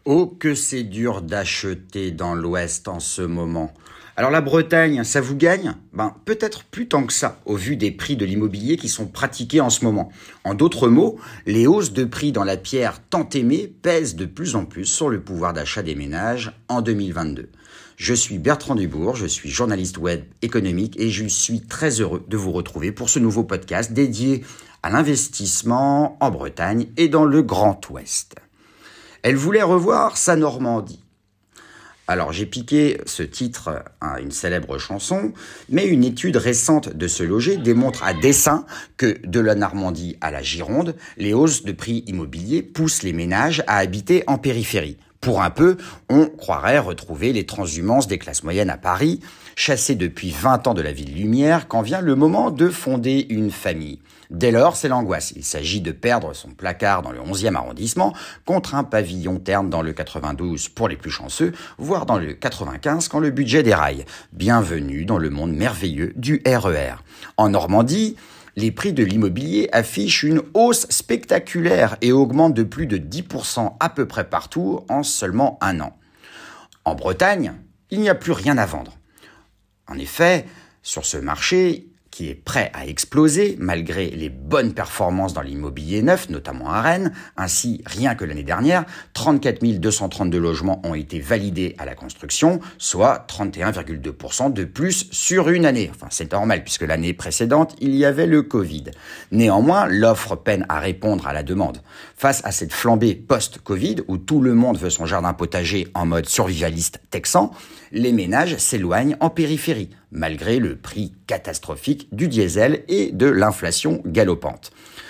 Oh, que c'est dur d'acheter dans l'Ouest en ce moment. Alors la Bretagne, ça vous gagne? Peut-être plus tant que ça, au vu des prix de l'immobilier qui sont pratiqués en ce moment. En d'autres mots, les hausses de prix dans la pierre tant aimée pèsent de plus en plus sur le pouvoir d'achat des ménages en 2022. Je suis Bertrand Dubourg, je suis journaliste web économique et je suis très heureux de vous retrouver pour ce nouveau podcast dédié à l'investissement en Bretagne et dans le Grand Ouest. Elle voulait revoir sa Normandie. Alors j'ai piqué ce titre à une célèbre chanson, mais une étude récente de Ce Loger démontre à dessein que de la Normandie à la Gironde, les hausses de prix immobiliers poussent les ménages à habiter en périphérie. Pour un peu, on croirait retrouver les transhumances des classes moyennes à Paris, chassées depuis 20 ans de la ville lumière, quand vient le moment de fonder une famille. Dès lors, c'est l'angoisse. Il s'agit de perdre son placard dans le 11e arrondissement contre un pavillon terne dans le 92 pour les plus chanceux, voire dans le 95 quand le budget déraille. Bienvenue dans le monde merveilleux du RER. En Normandie, les prix de l'immobilier affichent une hausse spectaculaire et augmentent de plus de 10% à peu près partout en seulement un an. En Bretagne, il n'y a plus rien à vendre. En effet, sur ce marché, qui est prêt à exploser malgré les bonnes performances dans l'immobilier neuf, notamment à Rennes. Ainsi, rien que l'année dernière, 34 232 logements ont été validés à la construction, soit 31,2% de plus sur une année. Enfin, c'est normal puisque l'année précédente, il y avait le Covid. Néanmoins, l'offre peine à répondre à la demande. Face à cette flambée post-Covid, où tout le monde veut son jardin potager en mode survivaliste texan, les ménages s'éloignent en périphérie, malgré le prix catastrophique du diesel et de l'inflation galopante.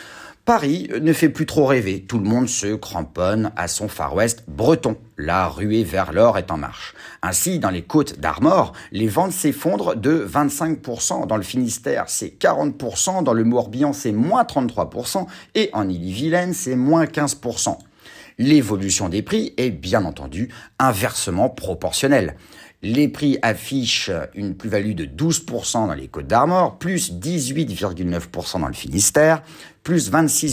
Paris ne fait plus trop rêver, tout le monde se cramponne à son Far West breton. La ruée vers l'or est en marche. Ainsi, dans les Côtes d'Armor, les ventes s'effondrent de 25%, dans le Finistère c'est 40%, dans le Morbihan c'est moins 33% et en Ille-et-Vilaine c'est moins 15%. L'évolution des prix est bien entendu inversement proportionnelle. Les prix affichent une plus-value de 12% dans les Côtes d'Armor, plus 18,9% dans le Finistère, plus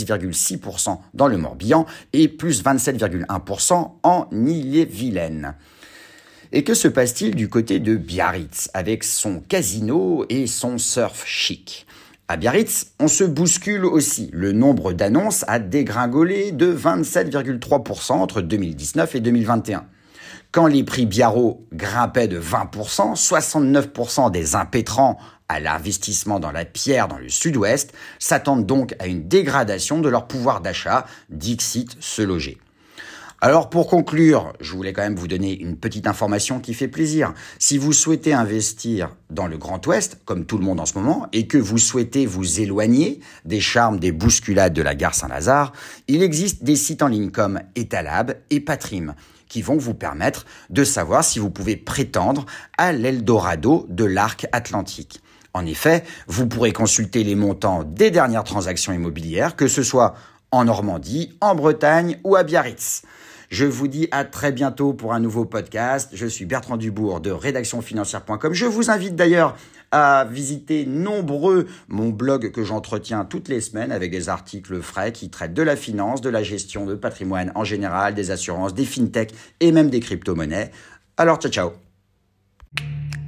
26,6% dans le Morbihan et plus 27,1% en Ille-et-Vilaine. Et que se passe-t-il du côté de Biarritz, avec son casino et son surf chic ? À Biarritz, on se bouscule aussi. Le nombre d'annonces a dégringolé de 27,3% entre 2019 et 2021. Quand les prix Biarro grimpaient de 20%, 69% des impétrants à l'investissement dans la pierre dans le sud-ouest s'attendent donc à une dégradation de leur pouvoir d'achat, dixit Se Loger. Alors pour conclure, je voulais quand même vous donner une petite information qui fait plaisir. Si vous souhaitez investir dans le Grand Ouest, comme tout le monde en ce moment, et que vous souhaitez vous éloigner des charmes des bousculades de la gare Saint-Lazare, il existe des sites en ligne comme Etalab et Patrim qui vont vous permettre de savoir si vous pouvez prétendre à l'Eldorado de l'arc atlantique. En effet, vous pourrez consulter les montants des dernières transactions immobilières, que ce soit en Normandie, en Bretagne ou à Biarritz. Je vous dis à très bientôt pour un nouveau podcast. Je suis Bertrand Dubourg de rédactionfinancière.com. Je vous invite d'ailleurs à visiter nombreux mon blog que j'entretiens toutes les semaines avec des articles frais qui traitent de la finance, de la gestion de patrimoine en général, des assurances, des fintechs et même des crypto-monnaies. Alors ciao ciao.